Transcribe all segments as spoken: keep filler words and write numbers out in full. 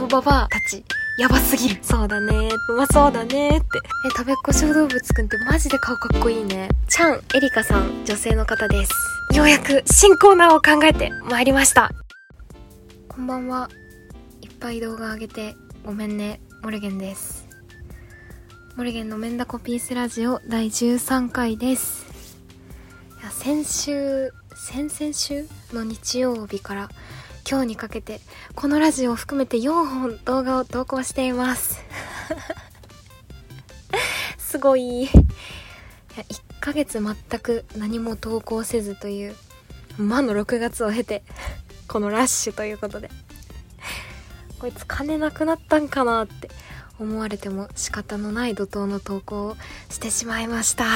のババアたちやばすぎる。そうだね、うまそうだねって。え、食べっ子小動物くんってマジで顔かっこいいね。ちゃんエリカさん、女性の方です。ようやく新コーナーを考えてまいりました。こんばんは。いっぱい動画上げてごめんね、モルゲンです。モルゲンのメンダコピースラジオだいじゅうさんかいです。いや、先週先々週の日曜日から今日にかけてこのラジオを含めてよんほん動画を投稿していますすごい。いや、いっかげつ全く何も投稿せずという魔のろくがつを経てこのラッシュということで、こいつ金なくなったんかなって思われても仕方のない怒涛の投稿をしてしまいました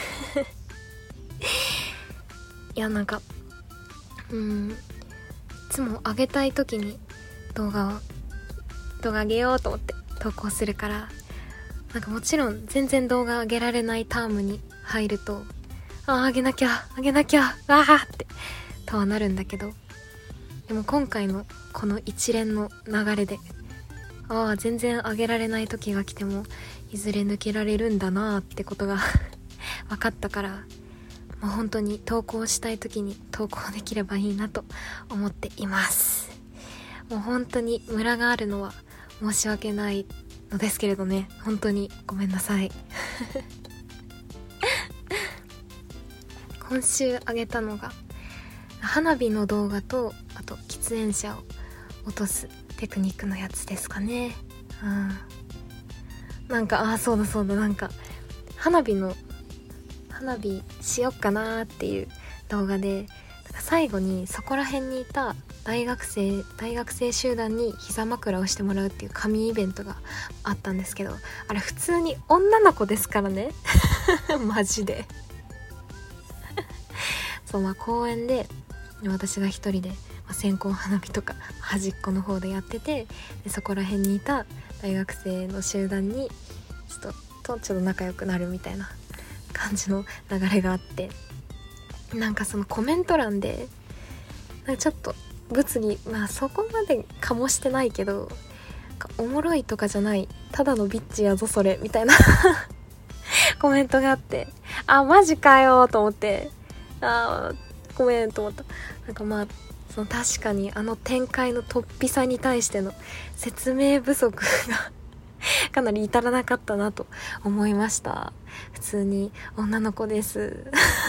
いや、なんかうーんいつも上げたい時に動画を動画上げようと思って投稿するから、なんかもちろん全然動画上げられないタームに入ると、あー上げなきゃ上げなきゃわーってとはなるんだけど、でも今回のこの一連の流れで、ああ全然上げられない時が来てもいずれ抜けられるんだなーってことが分かったから、もう本当に投稿したい時に投稿できればいいなと思っています。もう本当にムラがあるのは申し訳ないのですけれどね、本当にごめんなさい今週あげたのが花火の動画と、あと喫煙者を落とすテクニックのやつですかね。うん、なんかああそうだそうだ、なんか花火の花火しよっかなーっていう動画で、最後にそこら辺にいた大学生大学生集団に膝枕をしてもらうっていう神イベントがあったんですけど、あれ普通に女の子ですからねマジでそう、まあ公園で私が一人で、まあ、線香花火とか端っこの方でやってて、でそこら辺にいた大学生の集団にちょっととちょっと仲良くなるみたいな感じの流れがあって、なんかそのコメント欄でなんかちょっと物議、まあそこまでかもしてないけど、おもろいとかじゃないただのビッチやぞそれみたいなコメントがあって、あマジかよと思って、あごめんと思った。なんかまあその確かにあの展開の突飛さに対しての説明不足がかなり至らなかったなと思いました。普通に女の子です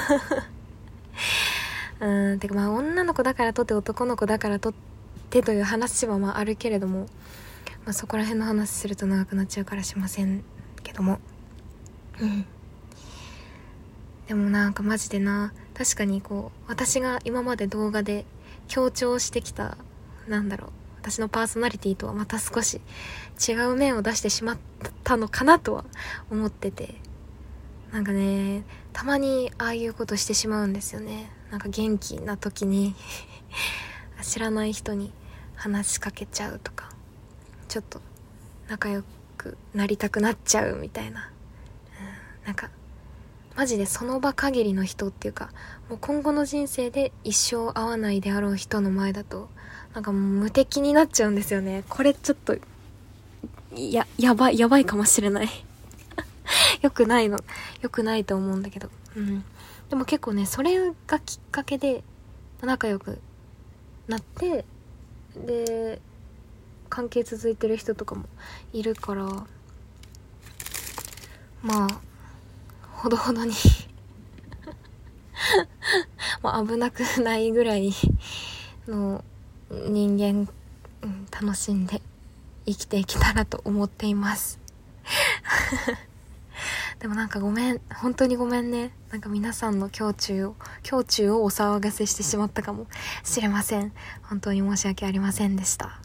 うーんてかまあ女の子だからとって男の子だからとってという話はまああるけれども、まあ、そこら辺の話すると長くなっちゃうからしませんけども、うんでもなんかマジでな、確かにこう私が今まで動画で強調してきた、なんだろう、私のパーソナリティとはまた少し違う面を出してしまったのかなとは思ってて、なんかねたまにああいうことしてしまうんですよね。なんか元気な時に知らない人に話しかけちゃうとか、ちょっと仲良くなりたくなっちゃうみたいな、うん、なんかマジでその場限りの人っていうか、もう今後の人生で一生会わないであろう人の前だとなんかもう無敵になっちゃうんですよね。これちょっとややばいやばいかもしれないよくないのよくないと思うんだけど、うん、でも結構ねそれがきっかけで仲良くなって、で関係続いてる人とかもいるから、まあほどほどにまあ危なくないぐらいの人間、うん、楽しんで生きていけたらと思っていますでもなんかごめん、本当にごめんね。なんか皆さんの胸中を胸中をお騒がせしてしまったかもしれません。本当に申し訳ありませんでした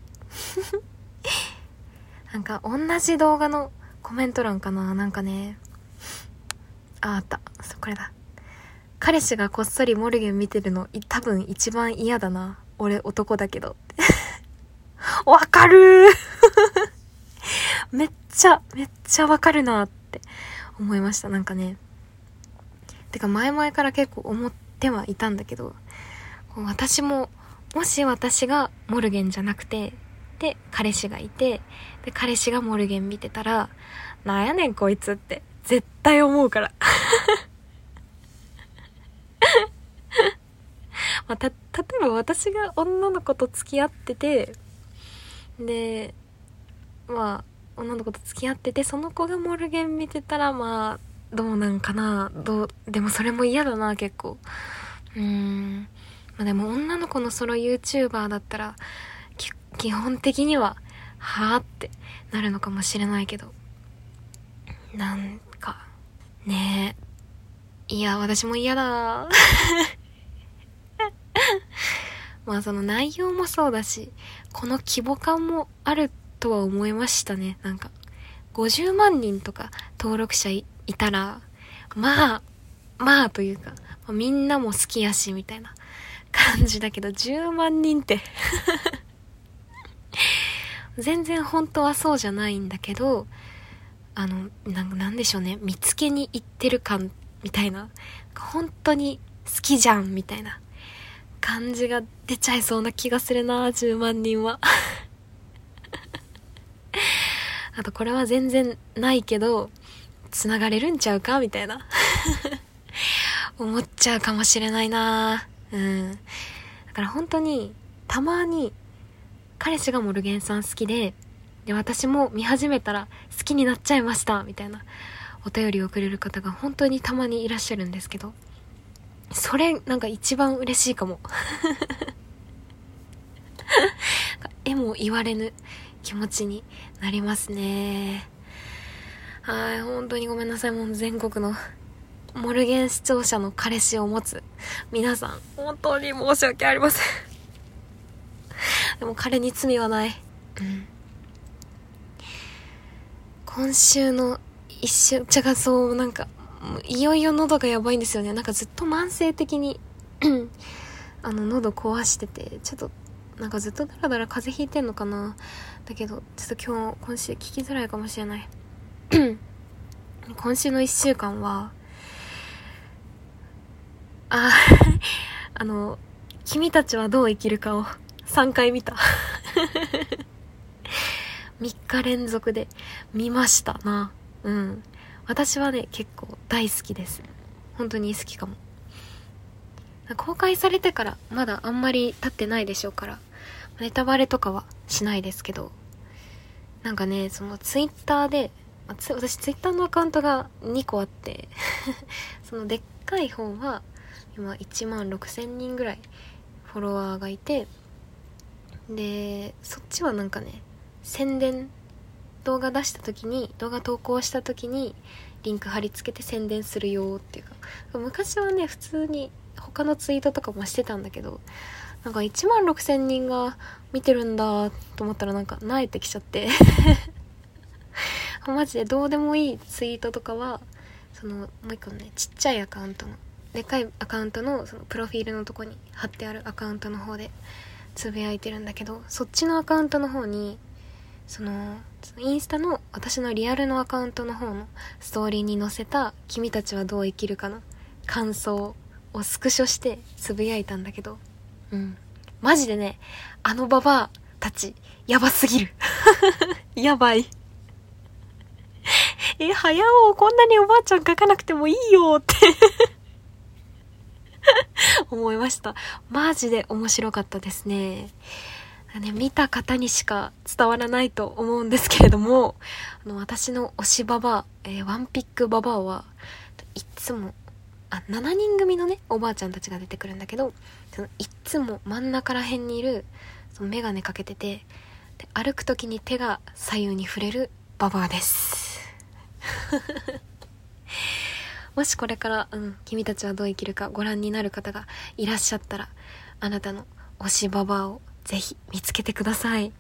なんか同じ動画のコメント欄かな、なんかね、あ、あった、そうこれだ。彼氏がこっそりモルゲン見てるの多分一番嫌だな、俺男だけどわかるめっちゃめっちゃわかるなって思いました。なんかね、てか前々から結構思ってはいたんだけど、私ももし私がモルゲンじゃなくてで彼氏がいて、で彼氏がモルゲン見てたら、なんやねんこいつって絶対思うからまあ、た例えば私が女の子と付き合ってて、でまあ女の子と付き合っててその子がモルゲン見てたら、まあどうなんかな、どうでもそれも嫌だな結構。うーん、まあ、でも女の子のソロ YouTuber だったら基本的にははぁってなるのかもしれないけど、なんかねえ、いや私も嫌だまあその内容もそうだし、この規模感もあるとは思いましたね。なんかごじゅうまんにんとか登録者 い, いたらまあまあというか、まあ、みんなも好きやしみたいな感じだけど、じゅうまんにんって全然本当はそうじゃないんだけど、あの な, なんでしょうね、見つけに行ってる感みたいな、本当に好きじゃんみたいな感じが出ちゃいそうな気がするな、じゅうまんにんはあとこれは全然ないけどつながれるんちゃうかみたいな思っちゃうかもしれないな。うん、だから本当にたまに彼氏がモルゲンさん好きで、で私も見始めたら好きになっちゃいましたみたいなお便りをくれる方が本当にたまにいらっしゃるんですけど、それなんか一番嬉しいかもえも言われぬ気持ちになりますね。はい、本当にごめんなさい。もう全国のモルゲン視聴者の彼氏を持つ皆さん、本当に申し訳ありませんでも彼に罪はない。うん、今週の一週ちゃがそうなんかいよいよ喉がやばいんですよね。なんかずっと慢性的にあの喉壊してて、ちょっとなんかずっとだらだら風邪ひいてんのかな。だけどちょっと今日今週聞きづらいかもしれない今週の一週間はああの君たちはどう生きるかをさんかい見たみっか連続で見ましたな。うん、私はね結構大好きです。本当に好きかも。公開されてからまだあんまり経ってないでしょうからネタバレとかはしないですけど、なんかねそのツイッターで私ツイッターのアカウントがにこあってそのでっかい方は今いちまんろくせんにんぐらいフォロワーがいて、でそっちはなんかね宣伝、動画出した時に動画投稿した時にリンク貼り付けて宣伝するよっていうか、昔はね普通に他のツイートとかもしてたんだけど、なんかいちまんろくせんにんが見てるんだと思ったらなんか萎えてきちゃってマジでどうでもいいツイートとかはそのもう一個のねちっちゃいアカウントのでっかいアカウントのそのプロフィールのとこに貼ってあるアカウントの方でつぶやいてるんだけど、そっちのアカウントの方にそのインスタの私のリアルのアカウントの方のストーリーに載せた君たちはどう生きるかの感想をスクショしてつぶやいたんだけど、うんマジでねあのババアたちやばすぎるやばいえ早おこんなにおばあちゃん書かなくてもいいよって思いました。マジで面白かったですね。ね、見た方にしか伝わらないと思うんですけれども、あの私の推しババア、えー、ワンピックババアはいつもあしちにん組のねおばあちゃんたちが出てくるんだけど、そのいつも真ん中ら辺にいるその眼鏡かけてて、で歩く時に手が左右に触れるババアですもしこれから、うん、君たちはどう生きるかご覧になる方がいらっしゃったら、あなたの推しババアをぜひ見つけてください。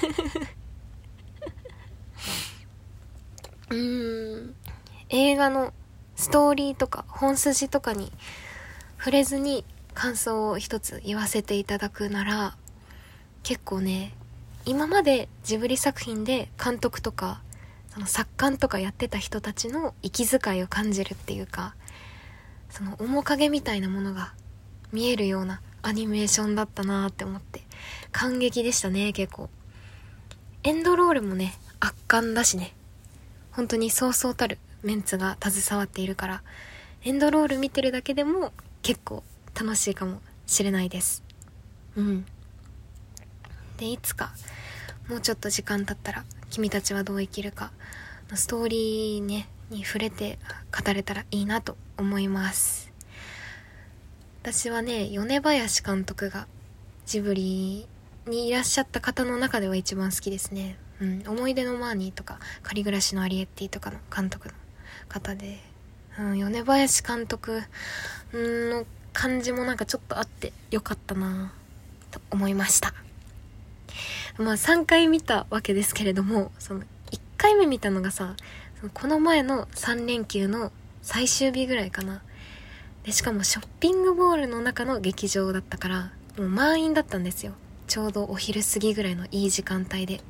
うーん、映画のストーリーとか本筋とかに触れずに感想を一つ言わせていただくなら、結構ね今までジブリ作品で監督とかその作家とかやってた人たちの息遣いを感じるっていうか、その面影みたいなものが見えるようなアニメーションだったなって思って感激でしたね。結構エンドロールもね圧巻だしね、本当にそうそうたるメンツが携わっているから、エンドロール見てるだけでも結構楽しいかもしれないです。うんでいつかもうちょっと時間経ったら君たちはどう生きるかのストーリーねに触れて語れたらいいなと思います。私はね、米林監督がジブリにいらっしゃった方の中では一番好きですね。うん、思い出のマーニーとか仮暮らしのアリエッティとかの監督の方で、うん、米林監督の感じもなんかちょっとあってよかったなと思いました。まあさんかい見たわけですけれども、そのいっかいめ見たのがさ、そのこの前のさん連休の最終日ぐらいかな。でしかもショッピングモールの中の劇場だったからもう満員だったんですよ。ちょうどお昼過ぎぐらいのいい時間帯で、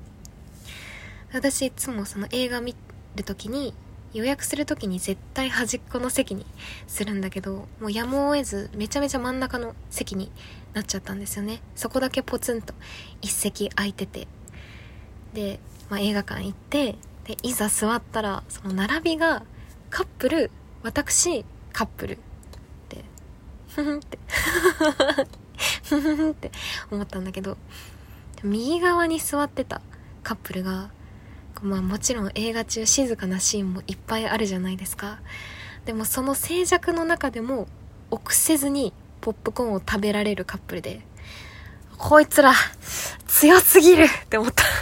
私いつもその映画見るときに予約するときに絶対端っこの席にするんだけど、もうやむを得ずめちゃめちゃ真ん中の席になっちゃったんですよね。そこだけポツンと一席空いてて、で、まあ、映画館行ってでいざ座ったらその並びがカップル、私カップルでふふんってふふんって思ったんだけど、右側に座ってたカップルが、まあもちろん映画中静かなシーンもいっぱいあるじゃないですか。でもその静寂の中でも臆せずにポップコーンを食べられるカップルで、こいつら強すぎるって思った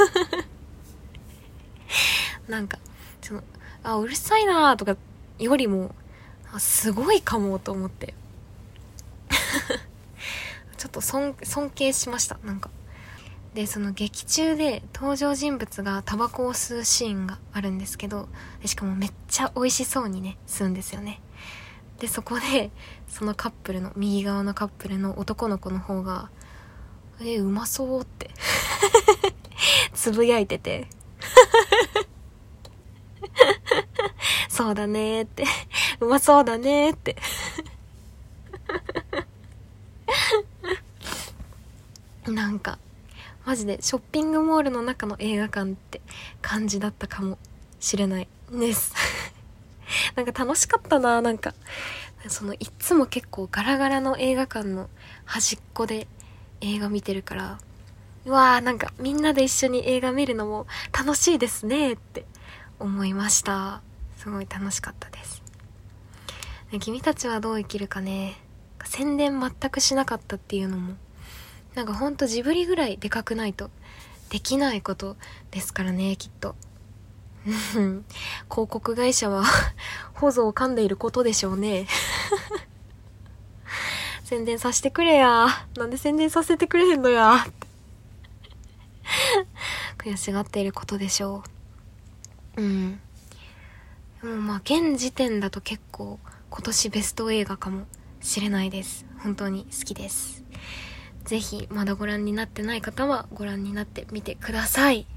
なんかそのあうるさいなとかよりもすごいかもと思ってちょっと尊尊敬しました。なんかでその劇中で登場人物がタバコを吸うシーンがあるんですけど、しかもめっちゃ美味しそうにね吸うんですよね。でそこでそのカップルの右側のカップルの男の子の方がえうまそうってつぶやいててそうだねーってうまそうだねーってなんかマジでショッピングモールの中の映画館って感じだったかもしれないですなんか楽しかったな。なんかそのいつも結構ガラガラの映画館の端っこで映画見てるから、うわーなんかみんなで一緒に映画見るのも楽しいですねって思いました。すごい楽しかったです。ね、君たちはどう生きるかね、宣伝全くしなかったっていうのもなんかほんとジブリぐらいでかくないとできないことですからね、きっと広告会社はホゾを噛んでいることでしょうね宣伝させてくれや、なんで宣伝させてくれへんのや悔しがっていることでしょう。うんでもまあ現時点だと結構今年ベスト映画かもしれないです。本当に好きです。ぜひまだご覧になってない方はご覧になってみてください。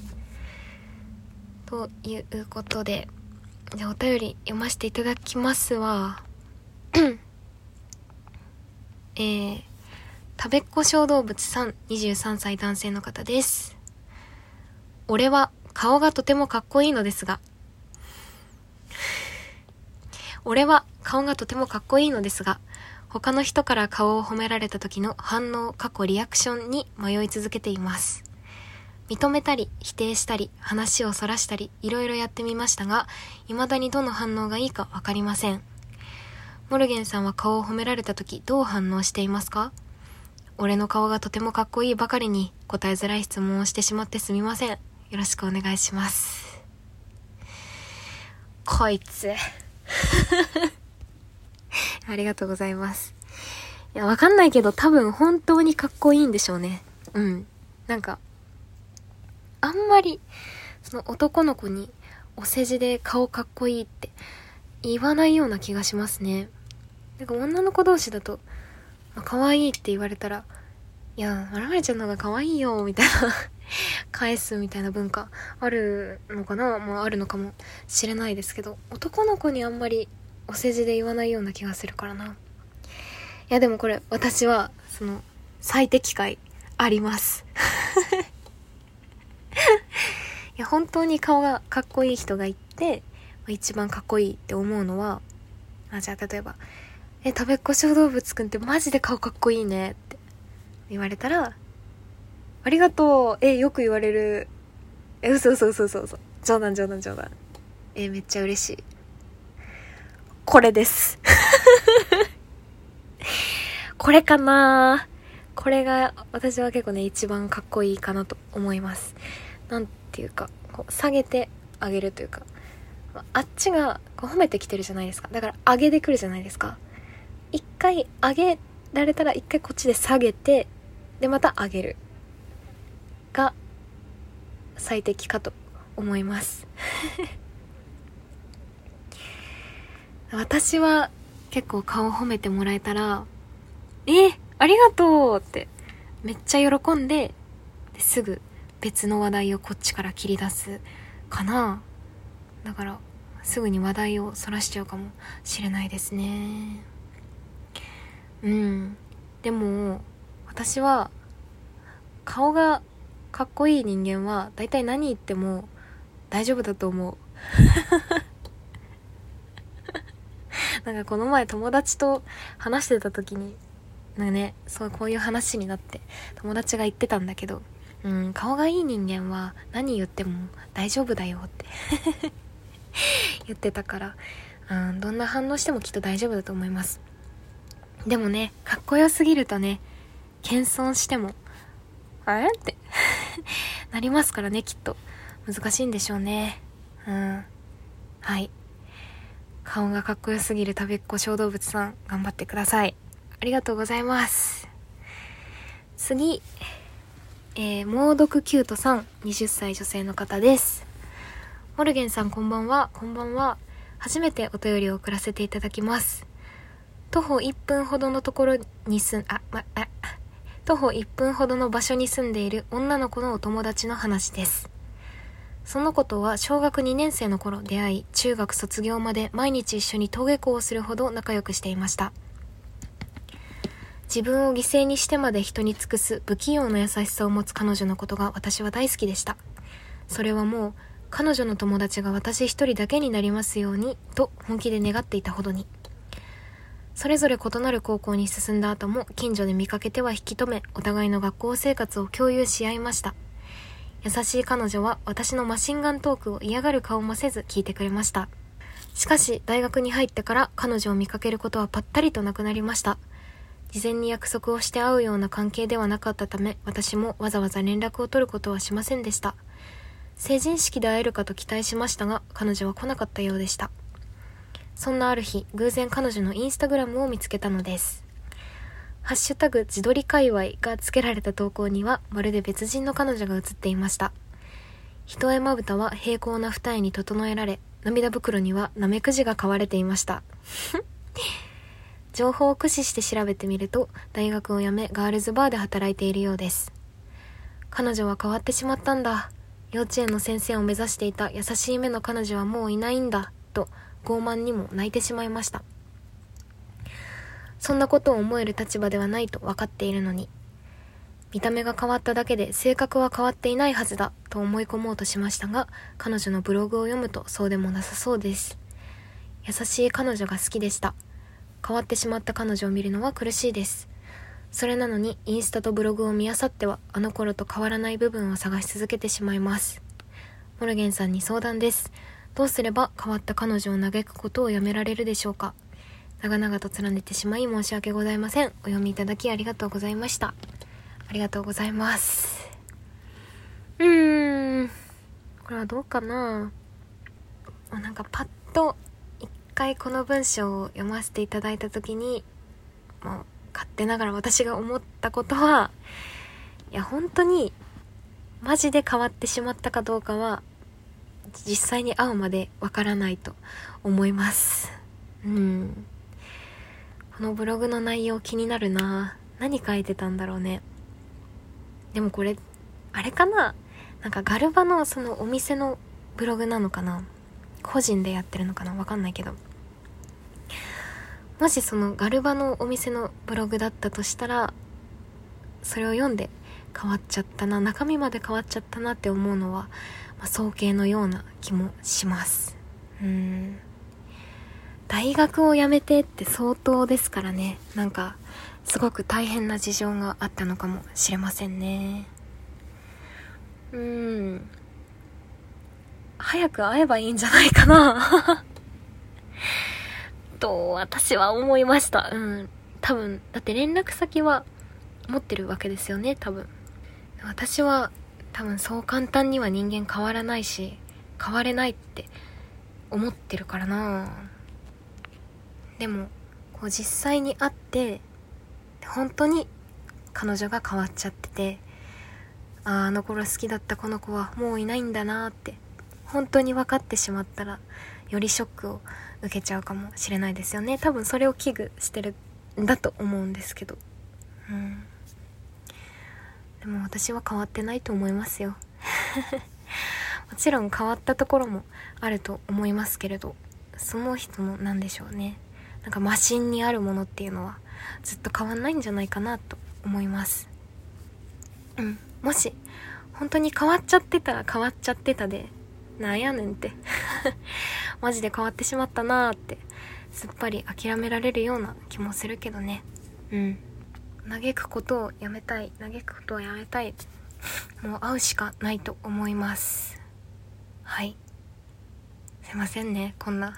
ということで、じゃあお便り読ませていただきますわえー、食べっ子小動物さん、にじゅうさんさい男性の方です。俺は顔がとてもかっこいいのですが俺は顔がとてもかっこいいのですが他の人から顔を褒められた時の反応、過去リアクションに迷い続けています。認めたり否定したり話をそらしたりいろいろやってみましたが、未だにどの反応がいいかわかりません。モルゲンさんは顔を褒められた時どう反応していますか？俺の顔がとてもかっこいいばかりに答えづらい質問をしてしまってすみません。よろしくお願いします。こいつありがとうございます。いやわかんないけど多分本当にかっこいいんでしょうね。うんなんかあんまりその男の子にお世辞で顔かっこいいって言わないような気がしますね。なんか女の子同士だと、まあ、可愛いって言われたらいやまるまるちゃんの方が可愛いよみたいな返すみたいな文化あるのかな。まああるのかもしれないですけど、男の子にあんまりお世辞で言わないような気がするからな。いやでもこれ私はその最適解ありますや本当に顔がかっこいい人がいて、一番かっこいいって思うのは、あ、じゃあ例えばえたべっ子小動物くんってマジで顔かっこいいねって言われたら、ありがとう、えよく言われる、え嘘嘘嘘嘘嘘冗談冗談冗談、えめっちゃ嬉しい。これですこれかな、これが私は結構ね一番かっこいいかなと思います。なんていうかこう下げてあげるというか、あっちがこう褒めてきてるじゃないですか。だから上げてくるじゃないですか。一回上げられたら一回こっちで下げて、でまた上げるが最適かと思います私は結構顔褒めてもらえたら、えありがとうってめっちゃ喜んで、ですぐ別の話題をこっちから切り出すかな。だからすぐに話題をそらしちゃうかもしれないですね。うん。でも私は顔がかっこいい人間はだいたい何言っても大丈夫だと思うなんかこの前友達と話してた時になんかね、そうこういう話になって友達が言ってたんだけど、うん、顔がいい人間は何言っても大丈夫だよって言ってたから、うん、どんな反応してもきっと大丈夫だと思います。でもね、かっこよすぎるとね、謙遜してもあれってなりますからね、きっと難しいんでしょうね。うん、はい、顔がかっこよすぎるたべっ子小動物さん頑張ってください。ありがとうございます。次、えー、猛毒キュートさん、はたち女性の方です。モルゲンさんこんばんは。こんばんは。初めてお便りを送らせていただきます。徒歩いっぷんほどのところに住んあ、ま、あ徒歩いっぷんほどの場所に住んでいる女の子のお友達の話です。その子とは小学にねん生の頃出会い、中学卒業まで毎日一緒に登下校をするほど仲良くしていました。自分を犠牲にしてまで人に尽くす不器用な優しさを持つ彼女のことが私は大好きでした。それはもう彼女の友達が私一人だけになりますようにと本気で願っていたほどに。それぞれ異なる高校に進んだ後も近所で見かけては引き止め、お互いの学校生活を共有し合いました。優しい彼女は私のマシンガントークを嫌がる顔もせず聞いてくれました。しかし大学に入ってから彼女を見かけることはぱったりとなくなりました。事前に約束をして会うような関係ではなかったため、私もわざわざ連絡を取ることはしませんでした。成人式で会えるかと期待しましたが、彼女は来なかったようでした。そんなある日、偶然彼女のインスタグラムを見つけたのです。ハッシュタグ自撮り界隈が付けられた投稿には、まるで別人の彼女が写っていました。一重まぶたは平行な二重に整えられ、涙袋にはナメクジが飼われていました。情報を駆使して調べてみると、大学を辞めガールズバーで働いているようです。彼女は変わってしまったんだ。幼稚園の先生を目指していた優しい目の彼女はもういないんだと傲慢にも泣いてしまいました。そんなことを思える立場ではないと分かっているのに、見た目が変わっただけで性格は変わっていないはずだと思い込もうとしましたが、彼女のブログを読むとそうでもなさそうです。優しい彼女が好きでした。変わってしまった彼女を見るのは苦しいです。それなのにインスタとブログを見漁ってはあの頃と変わらない部分を探し続けてしまいます。モルゲンさんに相談です。どうすれば変わった彼女を嘆くことをやめられるでしょうか。長々と連ねてしまい申し訳ございません。お読みいただきありがとうございました。ありがとうございます。うーんこれはどうかな。なんかパッと一回この文章を読ませていただいたときに、もう勝手ながら私が思ったことは、いや本当にマジで変わってしまったかどうかは実際に会うまでわからないと思います。うん。このブログの内容気になるな。何書いてたんだろうね。でもこれあれかな、なんかガルバのそのお店のブログなのかな、個人でやってるのかな、わかんないけど、もしそのガルバのお店のブログだったとしたら、それを読んで変わっちゃったな、中身まで変わっちゃったなって思うのは、まあ、早計のような気もします。うーん大学を辞めてって相当ですからね。なんかすごく大変な事情があったのかもしれませんね。うーん早く会えばいいんじゃないかなと私は思いました。うん多分だって連絡先は持ってるわけですよね。多分私は多分そう簡単には人間変わらないし変われないって思ってるからな。でもこう実際に会って本当に彼女が変わっちゃってて、あああの頃好きだったこの子はもういないんだなって本当に分かってしまったら、よりショックを受けちゃうかもしれないですよね。多分それを危惧してるんだと思うんですけど、うんでも私は変わってないと思いますよもちろん変わったところもあると思いますけれど、その人のなんでしょうね、なんかマシンにあるものっていうのはずっと変わんないんじゃないかなと思います。うんもし本当に変わっちゃってたら変わっちゃってたで、なんやねんってマジで変わってしまったなーってすっぱり諦められるような気もするけどね。うん嘆くことをやめたい、嘆くことをやめたい、もう会うしかないと思います。はいすいませんねこんな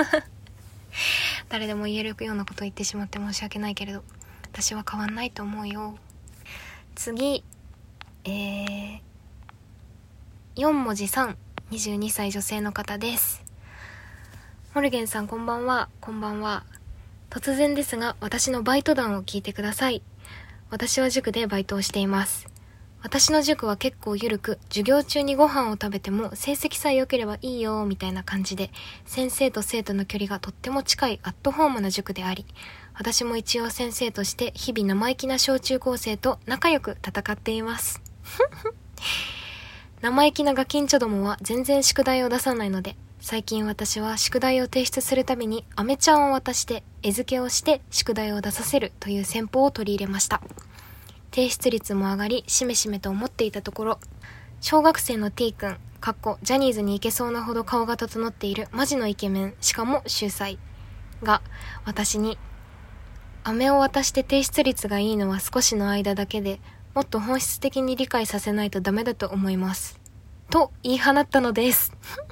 誰でも言えるようなこと言ってしまって申し訳ないけれど、私は変わんないと思うよ。次えー、よん文字さん、にじゅうにさい女性の方です。モルゲンさんこんばんは。こんばんは。突然ですが私のバイト談を聞いてください。私は塾でバイトをしています。私の塾は結構緩く、授業中にご飯を食べても成績さえ良ければいいよみたいな感じで、先生と生徒の距離がとっても近いアットホームな塾であり、私も一応先生として日々生意気な小中高生と仲良く戦っています生意気なガキンチョどもは全然宿題を出さないので、最近私は宿題を提出するたびにアメちゃんを渡して餌付けをして宿題を出させるという戦法を取り入れました。提出率も上がりしめしめと思っていたところ、小学生の T 君かっこジャニーズに行けそうなほど顔が整っているマジのイケメン、しかも秀才が私に、飴を渡して提出率がいいのは少しの間だけで、もっと本質的に理解させないとダメだと思いますと言い放ったのです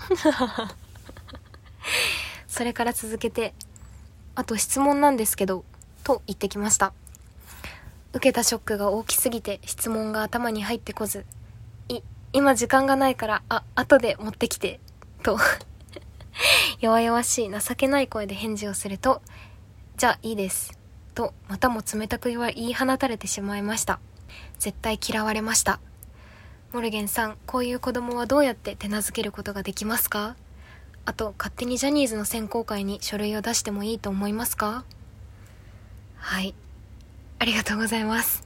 それから続けて、あと質問なんですけどと言ってきました。受けたショックが大きすぎて質問が頭に入ってこず、い今時間がないからあ後で持ってきてと弱々しい情けない声で返事をすると、じゃあいいですとまたも冷たく言わ言い放たれてしまいました。絶対嫌われました。モルゲンさん、こういう子供はどうやって手なずけることができますか？あと勝手にジャニーズの選考会に書類を出してもいいと思いますか？はい、ありがとうございます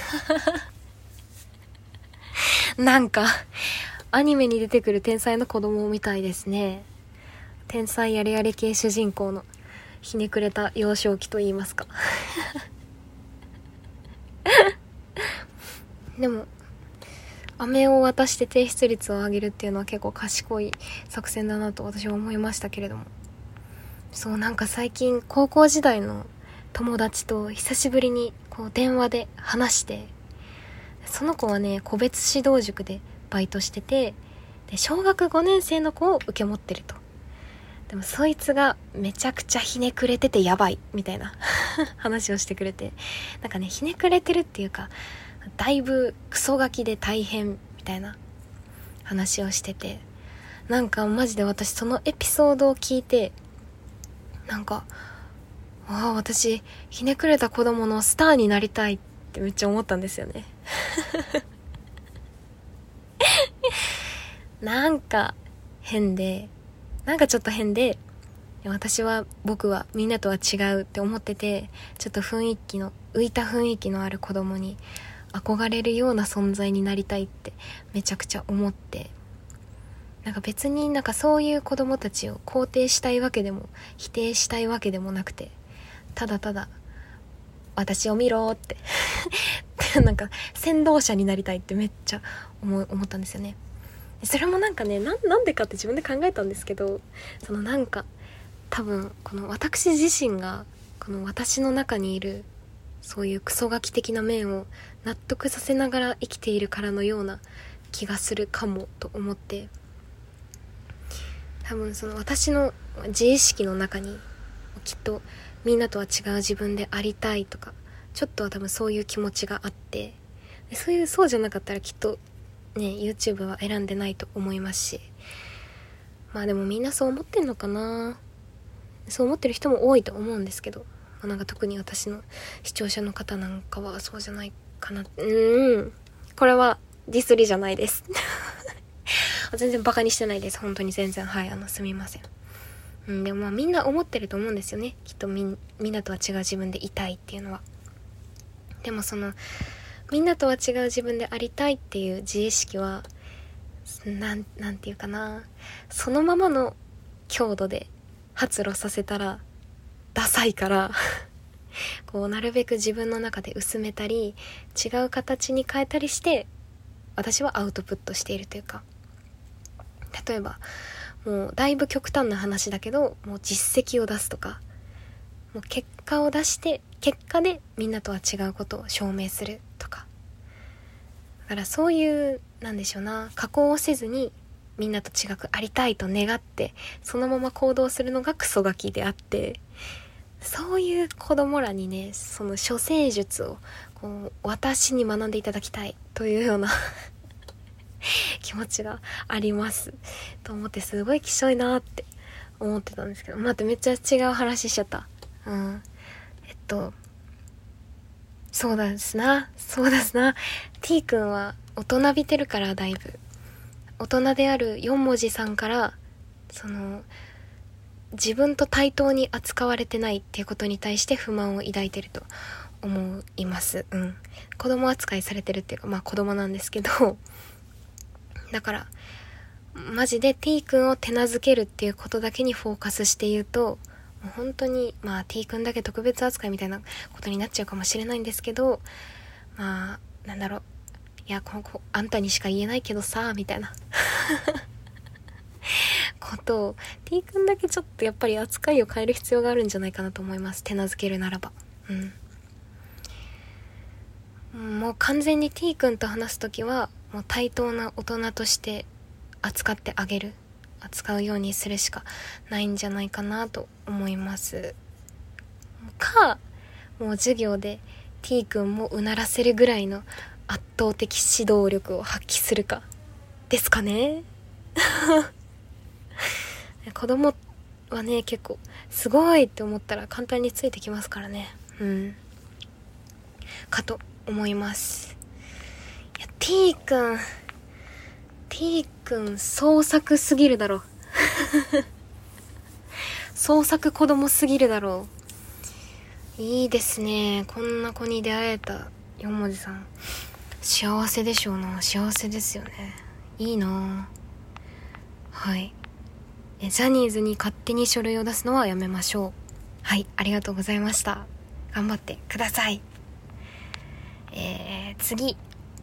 なんかアニメに出てくる天才の子供みたいですね。天才やれやれ系主人公のひねくれた幼少期と言いますかでも飴を渡して提出率を上げるっていうのは結構賢い作戦だなと私は思いましたけれども、そうなんか最近高校時代の友達と久しぶりにこう電話で話して、その子はね個別指導塾でバイトしてて、で小学ごねん生の子を受け持ってると。でもそいつがめちゃくちゃひねくれててやばいみたいな話をしてくれて、なんかねひねくれてるっていうかだいぶクソガキで大変みたいな話をしてて、なんかマジで私そのエピソードを聞いて、なんかああ私ひねくれた子供のスターになりたいってめっちゃ思ったんですよねなんか変でなんかちょっと変で、私は僕はみんなとは違うって思ってて、ちょっと雰囲気の浮いた雰囲気のある子供に憧れるような存在になりたいってめちゃくちゃ思って、なんか別になんかそういう子供たちを肯定したいわけでも否定したいわけでもなくて、ただただ私を見ろってなんか先導者になりたいってめっちゃ思思ったんですよね。それもなんかね、な、なんでかって自分で考えたんですけど、そのなんか多分この私自身がこの私の中にいるそういうクソガキ的な面を納得させながら生きているからのような気がするかもと思って、多分その私の自意識の中にきっとみんなとは違う自分でありたいとか、ちょっとは多分そういう気持ちがあって、そういうそうじゃなかったらきっとね YouTube は選んでないと思いますし、まあでもみんなそう思ってんのかな。そう思ってる人も多いと思うんですけど、まあ、なんか特に私の視聴者の方なんかはそうじゃないかな。うーんこれはディスりじゃないです全然バカにしてないです。本当に全然、はい、あのすみません。うん、でもまあみんな思ってると思うんですよね。きっとみんみんなとは違う自分でいたいっていうのは。でもそのみんなとは違う自分でありたいっていう自意識はなん、なんていうかな、そのままの強度で発露させたらダサいからこうなるべく自分の中で薄めたり違う形に変えたりして私はアウトプットしているというか、例えばもうだいぶ極端な話だけど、もう実績を出すとか、もう結果を出して結果でみんなとは違うことを証明するとか、だからそういうなんでしょうな、加工をせずにみんなと違くありたいと願ってそのまま行動するのがクソガキであって、そういう子供らにね、その処世術をこう私に学んでいただきたいというような気持ちがありますと思って、すごいきしょいなって思ってたんですけど、待って、めっちゃ違う話しちゃった。うんえっとそうですなそうですな T 君は大人びてるから、だいぶ大人であるよん文字さんからその自分と対等に扱われてないっていうことに対して不満を抱いてると思います。うん。子供扱いされてるっていうか、まあ子供なんですけど、だからマジで T 君を手なずけるっていうことだけにフォーカスして言うと、もう本当にまあ T 君だけ特別扱いみたいなことになっちゃうかもしれないんですけど、まあなんだろう、いやここあんたにしか言えないけどさみたいなことを T 君だけちょっとやっぱり扱いを変える必要があるんじゃないかなと思います。手なずけるならば。うんもう完全に T 君と話すときはもう対等な大人として扱ってあげる、扱うようにするしかないんじゃないかなと思いますか、もう授業で T 君もうならせるぐらいの圧倒的指導力を発揮するかですかね子供はね結構すごいって思ったら簡単についてきますからね。うんかと思います。いや T 君 T 君創作すぎるだろ創作子供すぎるだろう。いいですね、こんな子に出会えたよん文字さん。幸せでしょうな。幸せですよね。いいな。はいえジャニーズに勝手に書類を出すのはやめましょう。はい、ありがとうございました。頑張ってください。えー、次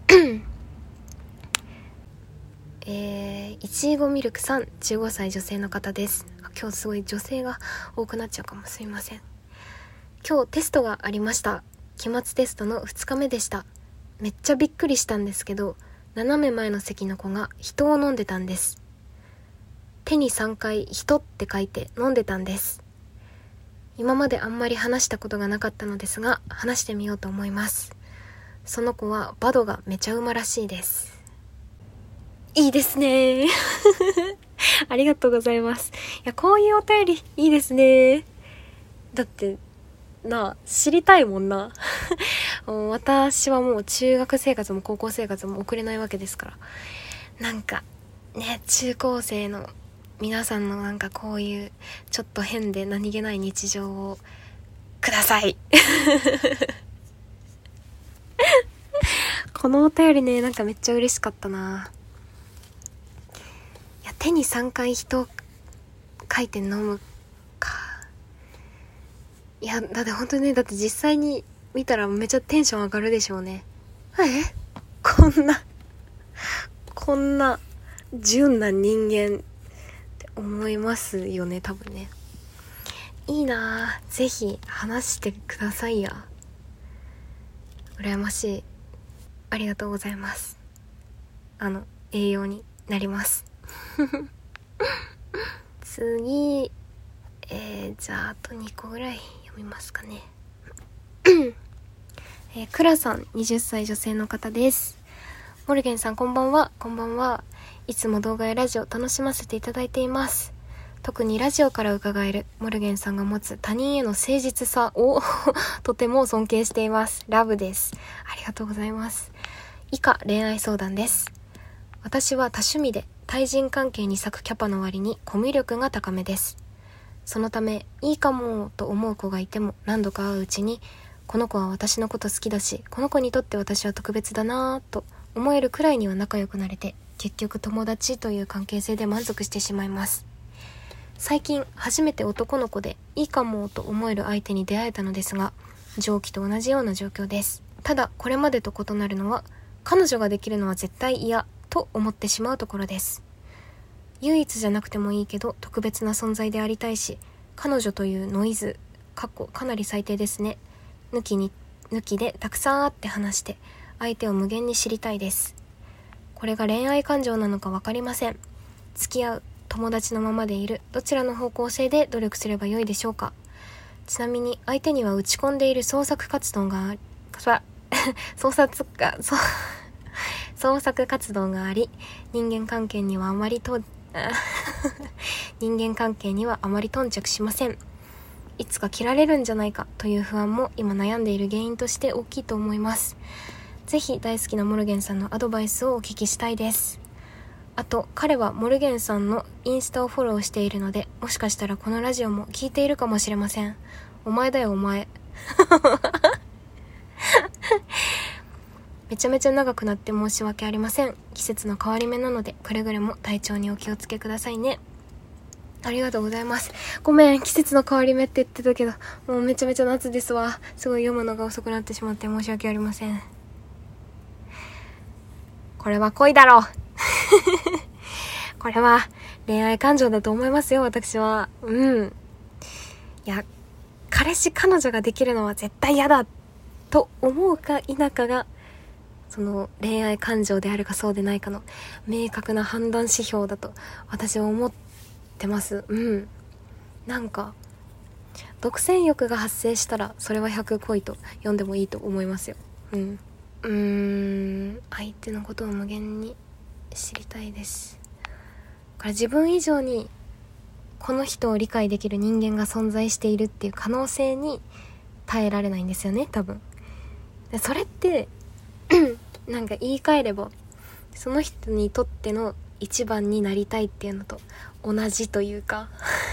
えー、いちいごミルクさん、じゅうごさい女性の方です。今日すごい女性が多くなっちゃうかも、すいません。今日テストがありました。期末テストのふつかめでした。めっちゃびっくりしたんですけど、斜め前の席の子が人を飲んでたんです。手にさんかい人って書いて飲んでたんです。今まであんまり話したことがなかったのですが、話してみようと思います。その子はバドがめちゃうまらしいです。いいですねありがとうございます。いや、こういうお便りいいですね。だってなあ、知りたいもんな私はもう中学生活も高校生活も送れないわけですから、なんかね、中高生の皆さんのなんかこういうちょっと変で何気ない日常をくださいこのお便りね、なんかめっちゃ嬉しかったな。いや、手にさんかい人を書いて飲むか。いや、だって本当にね、だって実際に見たらめっちゃテンション上がるでしょうね。 えこんなこんな純な人間って思いますよね、多分ね。いいなぁ、ぜひ話してくださいや。羨ましい。ありがとうございます。あの栄養になります次、えー、じゃああとにこぐらい読みますかねえー、クラさん、はたち女性の方です。モルゲンさん、こんばんは。こんばんは。いつも動画やラジオ楽しませていただいています。特にラジオから伺えるモルゲンさんが持つ他人への誠実さをとても尊敬しています。ラブです。ありがとうございます。以下、恋愛相談です。私は多趣味で対人関係に咲くキャパの割にコミュ力が高めです。そのためいいかもと思う子がいても何度か会ううちに、この子は私のこと好きだし、この子にとって私は特別だなぁと思えるくらいには仲良くなれて、結局友達という関係性で満足してしまいます。最近初めて男の子でいいかもと思える相手に出会えたのですが、上記と同じような状況です。ただこれまでと異なるのは、彼女ができるのは絶対嫌と思ってしまうところです。唯一じゃなくてもいいけど特別な存在でありたいし、彼女というノイズかっこかなり最低ですね、抜きに抜きでたくさん会って話して相手を無限に知りたいです。これが恋愛感情なのか分かりません。付き合う、友達のままでいる、どちらの方向性で努力すればよいでしょうか。ちなみに相手には打ち込んでいる創作活動があり創作かそう創作活動があり、人間関係にはあまりと人間関係にはあまり頓着しません。いつか切られるんじゃないかという不安も今悩んでいる原因として大きいと思います。ぜひ大好きなモルゲンさんのアドバイスをお聞きしたいです。あと彼はモルゲンさんのインスタをフォローしているので、もしかしたらこのラジオも聞いているかもしれません。お前だよお前めちゃめちゃ長くなって申し訳ありません。季節の変わり目なのでくれぐれも体調にお気をつけくださいね。ありがとうございます。ごめん、季節の変わり目って言ってたけど、もうめちゃめちゃ夏ですわ。すごい読むのが遅くなってしまって申し訳ありません。これは恋だろうこれは恋愛感情だと思いますよ、私は。うん。いや、彼氏彼女ができるのは絶対嫌だと思うか否かが、その恋愛感情であるかそうでないかの明確な判断指標だと私は思ってます。うん。なんか独占欲が発生したらそれはひゃく恋と読んでもいいと思いますよ。うん。うーん。相手のことを無限に知りたいです。から自分以上にこの人を理解できる人間が存在しているっていう可能性に耐えられないんですよね、多分。でそれってなんか言い換えればその人にとっての一番になりたいっていうのと同じというか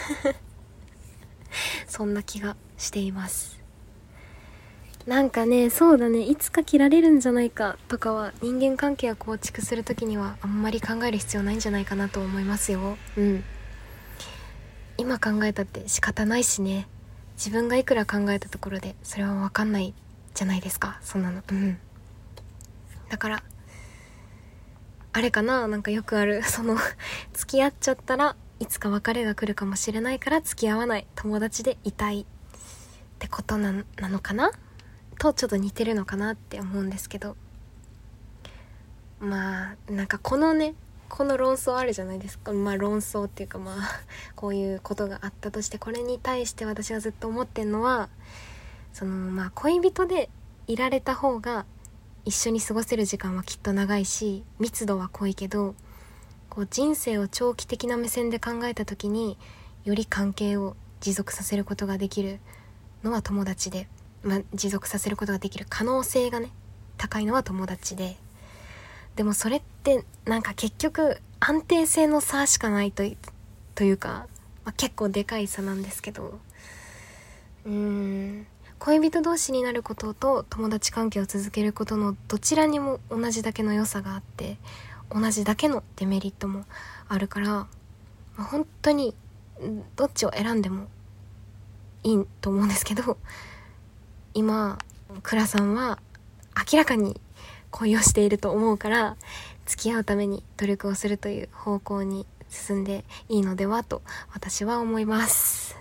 そんな気がしています。なんかね、そうだね、いつか切られるんじゃないかとかは人間関係を構築するときにはあんまり考える必要ないんじゃないかなと思いますよ。うん。今考えたって仕方ないしね。自分がいくら考えたところでそれは分かんないじゃないですか、そんなの。うん。だからあれかな、なんかよくあるその付き合っちゃったらいつか別れが来るかもしれないから付き合わない、友達でいたいってことな、なのかなとちょっと似てるのかなって思うんですけど、まあなんかこのねこの論争あるじゃないですか。まあ論争っていうか、まあこういうことがあったとして、これに対して私がずっと思ってんのは、そのまあ恋人でいられた方が一緒に過ごせる時間はきっと長いし密度は濃いけど、こう人生を長期的な目線で考えた時により関係を持続させることができるのは友達で、まあ、持続させることができる可能性がね高いのは友達で、でもそれってなんか結局安定性の差しかないとい、というか、まあ、結構でかい差なんですけど、うーん恋人同士になることと友達関係を続けることのどちらにも同じだけの良さがあって、同じだけのデメリットもあるから、まあ、本当にどっちを選んでもいいと思うんですけど、今倉さんは明らかに恋をしていると思うから、付き合うために努力をするという方向に進んでいいのではと私は思います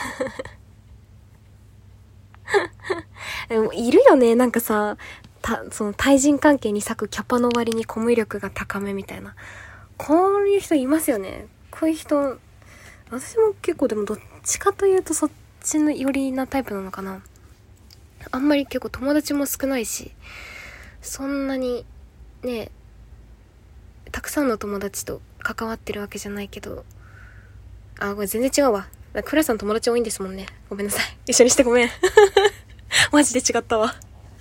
でもいるよね、なんかさ、たその対人関係に割くキャパの割にコミュ力が高めみたいな、こういう人いますよね。こういう人、私も結構でもどっちかというとそっちの寄りなタイプなのかな。あんまり結構友達も少ないし、そんなにねたくさんの友達と関わってるわけじゃないけど、あ、これ全然違うわ。クラさん友達多いんですもんね。ごめんなさい。一緒にしてごめん。マジで違ったわ。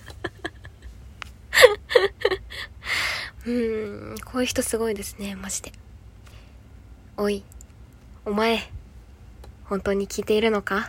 うーん、こういう人すごいですね、マジで。おい、お前、本当に聞いているのか？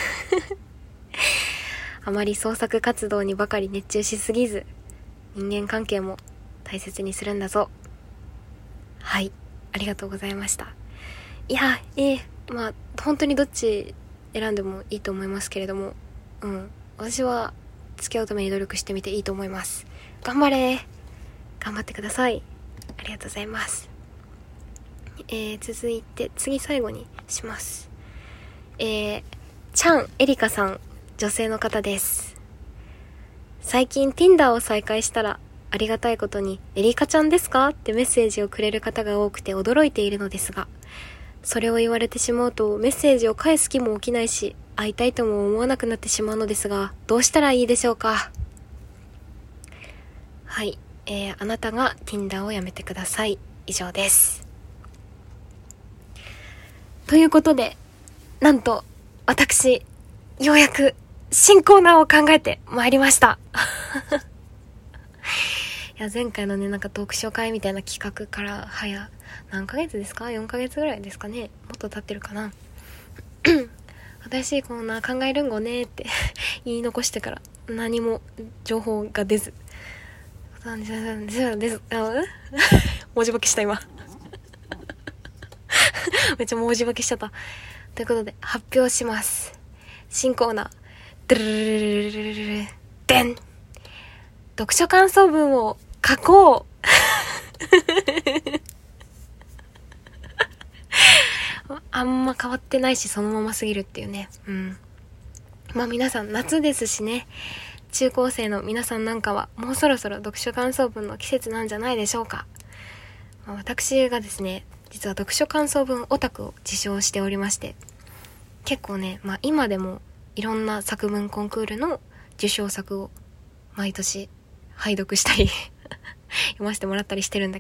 あまり創作活動にばかり熱中しすぎず、人間関係も大切にするんだぞ。はい、ありがとうございました。いや、ええー、まあ本当にどっち選んでもいいと思いますけれども、うん、私は付き合うために努力してみていいと思います。頑張れ、頑張ってください。ありがとうございます。えー、続いて次最後にします。えー、チャンエリカさん、女性の方です。最近 Tinder を再開したら、ありがたいことにエリカちゃんですかってメッセージをくれる方が多くて驚いているのですが、それを言われてしまうとメッセージを返す気も起きないし、会いたいとも思わなくなってしまうのですが、どうしたらいいでしょうか。はい、えー、あなたが Tinder をやめてください。以上です。ということで、なんと私ようやく新コーナーを考えてまいりました。いや、前回のね、なんかトークショー会みたいな企画から早何ヶ月ですか？ よん ヶ月ぐらいですかね。もっと経ってるかな。新しいコーナー考えるんごねって言い残してから何も情報が出ず、文字化けした今。めっちゃ文字化けしちゃった。ということで発表します。新コーナー、ドゥルルルルルルルルデン。読書感想文を書こう。あんま変わってないし、そのまますぎるっていうね。うん。まあ皆さん夏ですしね、中高生の皆さんなんかはもうそろそろ読書感想文の季節なんじゃないでしょうか。まあ、私がですね、実は読書感想文オタクを自称しておりまして、結構ね、まあ今でもいろんな作文コンクールの受賞作を毎年拝読したり読ませてもらったりしてるんだ